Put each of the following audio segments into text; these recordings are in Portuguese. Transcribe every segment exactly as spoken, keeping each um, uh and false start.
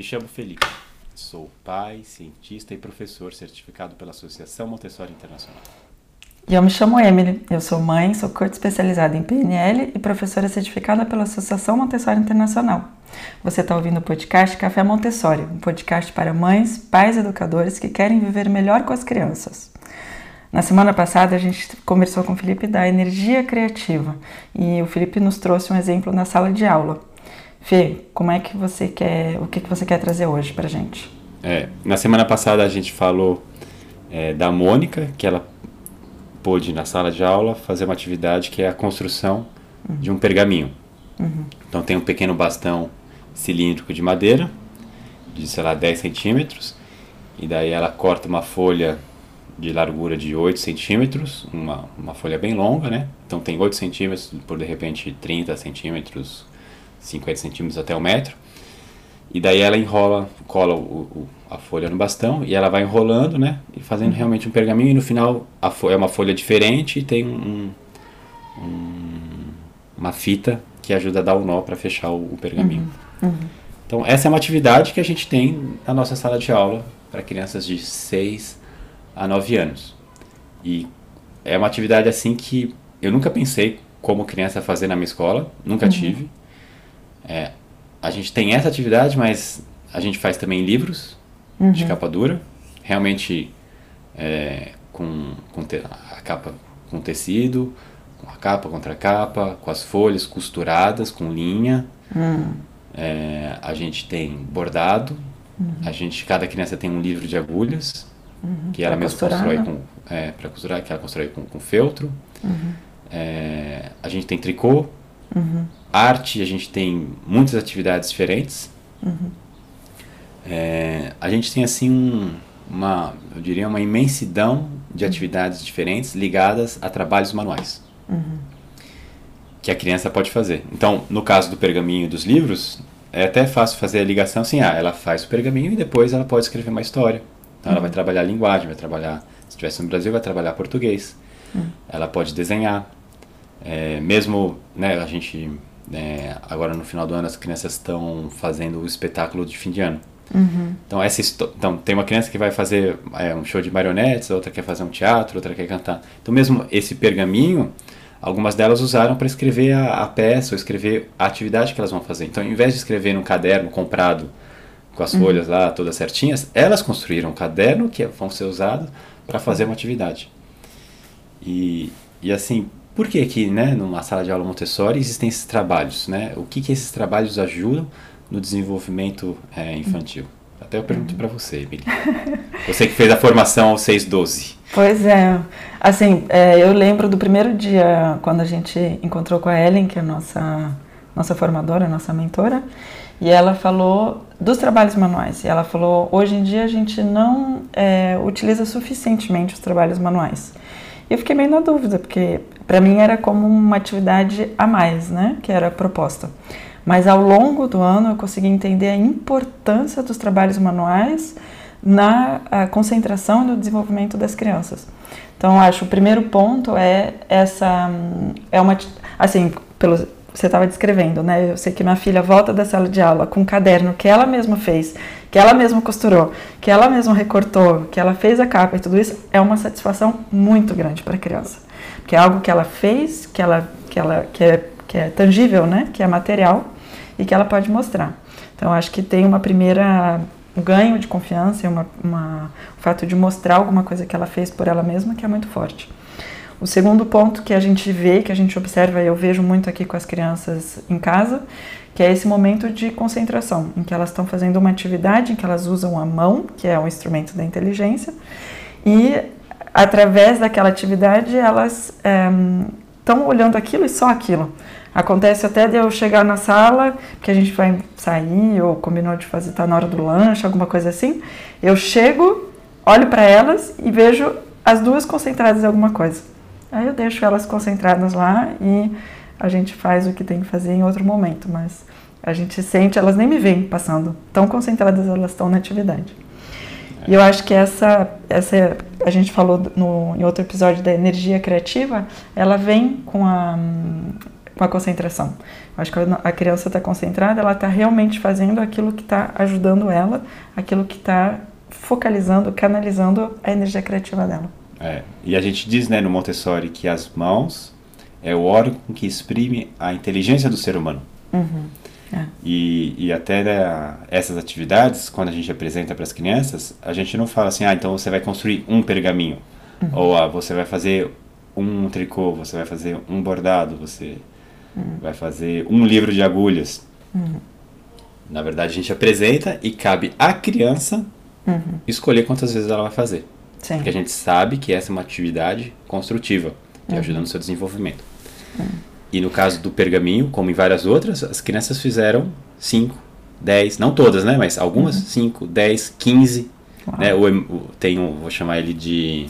Me chamo Felipe, sou pai, cientista e professor certificado pela Associação Montessori Internacional. E eu me chamo Emily, eu sou mãe, sou coach especializada em P N L e professora certificada pela Associação Montessori Internacional. Você está ouvindo o podcast Café Montessori, um podcast para mães, pais e educadores que querem viver melhor com as crianças. Na semana passada a gente conversou com o Felipe da energia criativa e o Felipe nos trouxe um exemplo na sala de aula. Fê, como é que você quer, o que, que você quer trazer hoje pra gente? É, na semana passada a gente falou é, da Mônica, que ela pôde na sala de aula fazer uma atividade que é a construção uhum. de um pergaminho. Uhum. Então tem um pequeno bastão cilíndrico de madeira, de sei lá dez centímetros, e daí ela corta uma folha de largura de oito centímetros, uma, uma folha bem longa, né? Então tem oito centímetros por de repente trinta centímetros, cinquenta centímetros até um metro, e daí ela enrola, cola o, o, a folha no bastão e ela vai enrolando, né, e fazendo uhum. realmente um pergaminho, e no final a é uma folha diferente e tem um, um, uma fita que ajuda a dar o nó para fechar o, o pergaminho. Uhum. Uhum. Então essa é uma atividade que a gente tem na nossa sala de aula para crianças de seis a nove anos, e é uma atividade assim que eu nunca pensei como criança fazer na minha escola, nunca uhum. tive. É, a gente tem essa atividade, mas a gente faz também livros uhum. de capa dura, realmente é, com, com te, a capa com tecido, com a capa contra a capa, com as folhas costuradas, com linha. Uhum. É, a gente tem bordado, uhum. a gente, cada criança tem um livro de agulhas, uhum. que ela mesma constrói com, é, para costurar, que ela constrói com, com feltro. Uhum. É, a gente tem tricô. Uhum. Arte, a gente tem muitas atividades diferentes. Uhum. É, a gente tem assim um, uma, eu diria uma imensidão de atividades uhum. diferentes ligadas a trabalhos manuais uhum. que a criança pode fazer. Então, no caso do pergaminho e dos livros, é até fácil fazer a ligação assim, ah, ela faz o pergaminho e depois ela pode escrever uma história. Então uhum. ela vai trabalhar a linguagem, vai trabalhar, se estivesse no Brasil, vai trabalhar português. Uhum. Ela pode desenhar. É, mesmo, né, a gente, é, agora no final do ano as crianças estão fazendo o espetáculo de fim de ano. Uhum. Então, essa, então, tem uma criança que vai fazer é, um show de marionetes, outra quer fazer um teatro, outra quer cantar. Então, mesmo esse pergaminho, algumas delas usaram para escrever a, a peça ou escrever a atividade que elas vão fazer. Então, ao invés de escrever num caderno comprado com as uhum. folhas lá todas certinhas, elas construíram um caderno que vão ser usados para fazer uma atividade. E, e assim, por que que, né, numa sala de aula Montessori existem esses trabalhos, né? O que que esses trabalhos ajudam no desenvolvimento é, infantil? Até eu pergunto para você, Emily. Você que fez a formação aos seis, doze. Pois é. Assim, é, eu lembro do primeiro dia quando a gente encontrou com a Ellen, que é a nossa, nossa formadora, nossa mentora, e ela falou dos trabalhos manuais. E ela falou, hoje em dia a gente não é, utiliza suficientemente os trabalhos manuais. E eu fiquei meio na dúvida, porque para mim era como uma atividade a mais, né, que era a proposta. Mas ao longo do ano eu consegui entender a importância dos trabalhos manuais na concentração e no desenvolvimento das crianças. Então, eu acho que o primeiro ponto é essa, é uma, assim, pelo, você estava descrevendo, né, eu sei que minha filha volta da sala de aula com um caderno que ela mesma fez, que ela mesma costurou, que ela mesma recortou, que ela fez a capa e tudo isso, é uma satisfação muito grande para a criança. Porque é algo que ela fez, que, ela, que, ela, que, é, que é tangível, né? Que é material e que ela pode mostrar. Então, acho que tem uma primeira um ganho de confiança e uma, uma, o fato de mostrar alguma coisa que ela fez por ela mesma, que é muito forte. O segundo ponto que a gente vê, que a gente observa, e eu vejo muito aqui com as crianças em casa, que é esse momento de concentração, em que elas estão fazendo uma atividade, em que elas usam a mão, que é o instrumento da inteligência, e através daquela atividade elas estão é, olhando aquilo e só aquilo. Acontece até de eu chegar na sala, que a gente vai sair, ou combinou de fazer, tá na hora do lanche, alguma coisa assim, eu chego, olho para elas e vejo as duas concentradas em alguma coisa. Aí eu deixo elas concentradas lá e a gente faz o que tem que fazer em outro momento, mas a gente sente, elas nem me veem passando, tão concentradas elas estão na atividade. E eu acho que essa, essa a gente falou no, em outro episódio da energia criativa, ela vem com a, com a concentração. Acho que a criança está concentrada, ela está realmente fazendo aquilo que está ajudando ela, aquilo que está focalizando, canalizando a energia criativa dela. É, e a gente diz, né, no Montessori que as mãos é o órgão que exprime a inteligência do ser humano. Uhum. É. E, e até, né, essas atividades, quando a gente apresenta para as crianças, a gente não fala assim, ah, então você vai construir um pergaminho, uhum. ou ah, você vai fazer um tricô, você vai fazer um bordado, você uhum. vai fazer um livro de agulhas. Uhum. Na verdade, a gente apresenta e cabe à criança uhum. escolher quantas vezes ela vai fazer. Sim. Porque a gente sabe que essa é uma atividade construtiva, que uhum. ajuda no seu desenvolvimento. Uhum. E no caso do pergaminho, como em várias outras, as crianças fizeram cinco, dez, não todas, né? Mas algumas, cinco, dez, quinze. Né? O, o, tem um, vou chamar ele de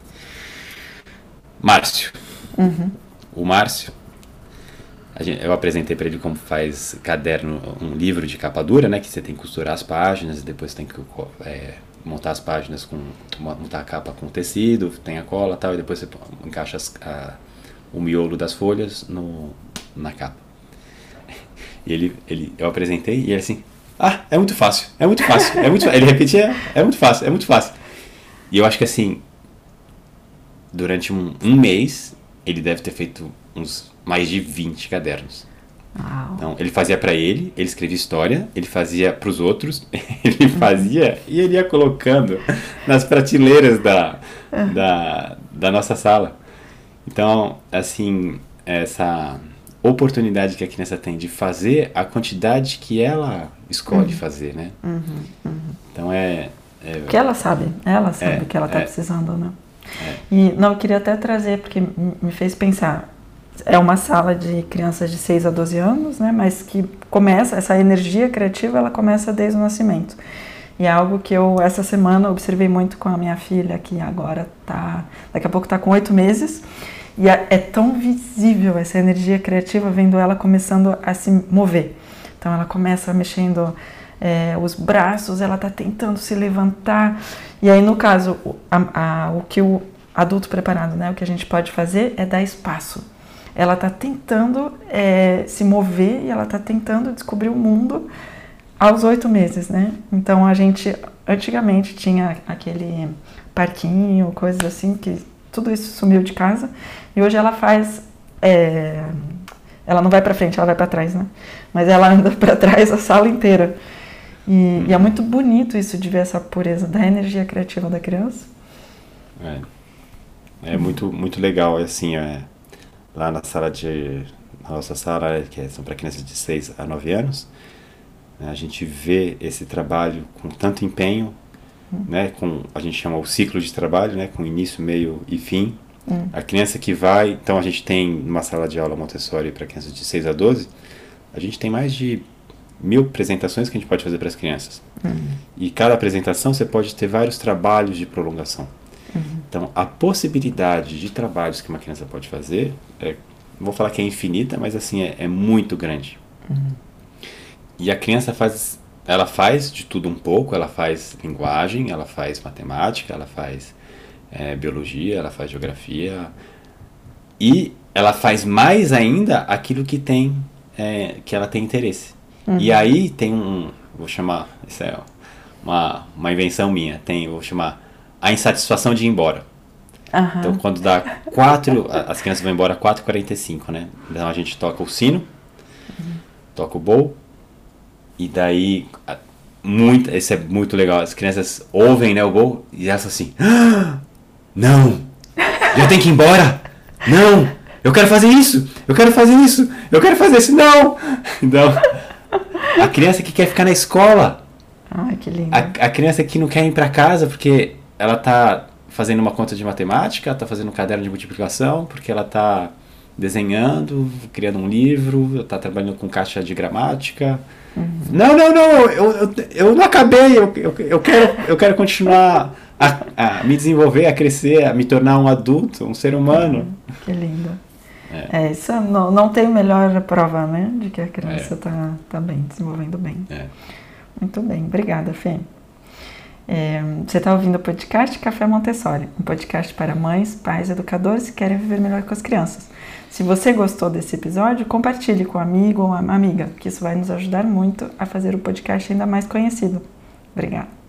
Márcio. Uhum. O Márcio, a gente, eu apresentei para ele como faz caderno, um livro de capa dura, né? Que você tem que costurar as páginas e depois tem que é, montar as páginas, com montar a capa com tecido, tem a cola e tal, e depois você encaixa as, a, o miolo das folhas no, na capa. E ele, ele, eu apresentei e ele assim, ah, é muito fácil, é muito fácil, é muito, ele repetia, é muito fácil, é muito fácil. E eu acho que assim, durante um, um mês, ele deve ter feito uns mais de vinte cadernos. Uau. Então, ele fazia para ele, ele escrevia história, ele fazia para os outros, ele fazia e ele ia colocando nas prateleiras da, da, da nossa sala. Então, assim, essa oportunidade que a criança tem de fazer a quantidade que ela escolhe uhum. fazer, né? Uhum, uhum. Então, é... é que ela sabe, ela sabe o é, que ela está é, precisando, né? É. E, não, eu queria até trazer, porque me fez pensar, é uma sala de crianças de seis a doze anos, né? Mas que começa, essa energia criativa, ela começa desde o nascimento. E é algo que eu, essa semana, observei muito com a minha filha, que agora tá, daqui a pouco tá com oito meses, e é, é tão visível essa energia criativa, vendo ela começando a se mover. Então ela começa mexendo é, os braços, ela tá tentando se levantar, e aí no caso, a, a, o que o adulto preparado, né, o que a gente pode fazer é dar espaço. Ela tá tentando é, se mover, e ela tá tentando descobrir o mundo aos oito meses, né? Então a gente antigamente tinha aquele parquinho, coisas assim, que tudo isso sumiu de casa, e hoje ela faz, é, ela não vai para frente, ela vai para trás, né? Mas ela anda para trás a sala inteira. E, e é muito bonito isso, de ver essa pureza da energia criativa da criança. É, é muito, muito legal, assim, é, lá na sala de, na nossa sala, que é, são para crianças de seis a nove anos, a gente vê esse trabalho com tanto empenho, hum. né, com, a gente chama o ciclo de trabalho, né, com início, meio e fim. Hum. A criança que vai, então a gente tem numa sala de aula Montessori para crianças de seis a doze, a gente tem mais de mil apresentações que a gente pode fazer para as crianças. Hum. E cada apresentação você pode ter vários trabalhos de prolongação. Uhum. Então a possibilidade de trabalhos que uma criança pode fazer, é, não vou falar que é infinita, mas assim, é, é muito grande. Uhum. E a criança faz, ela faz de tudo um pouco, ela faz linguagem, ela faz matemática, ela faz é, biologia, ela faz geografia, e ela faz mais ainda aquilo que tem, é, que ela tem interesse. Uhum. E aí tem um, vou chamar, isso é uma, uma invenção minha, tem, vou chamar a insatisfação de ir embora. Uhum. Então quando dá quatro, as crianças vão embora quatro e quarenta e cinco, né? Então a gente toca o sino, uhum. toca o bowl, e daí, muito, isso é muito legal, as crianças ouvem, né, o gol, e elas assim, ah, não, eu tenho que ir embora, não, eu quero fazer isso, eu quero fazer isso, eu quero fazer isso, não. Então, a criança que quer ficar na escola, ai, que lindo. A, a criança que não quer ir para casa porque ela tá fazendo uma conta de matemática, tá fazendo um caderno de multiplicação, porque ela tá desenhando, criando um livro, tá trabalhando com caixa de gramática. Uhum. Não, não, não, eu, eu, eu não acabei, eu, eu, eu, quero, eu quero continuar a, a me desenvolver, a crescer, a me tornar um adulto, um ser humano. Uhum. Que lindo. É, é isso não, não tem melhor prova, né, de que a criança está é. tá bem, desenvolvendo bem. É. Muito bem, obrigada, Fê. É, você está ouvindo o podcast Café Montessori, um podcast para mães, pais, educadores que querem viver melhor com as crianças. Se você gostou desse episódio, compartilhe com um amigo ou uma amiga, que isso vai nos ajudar muito a fazer o podcast ainda mais conhecido. Obrigada.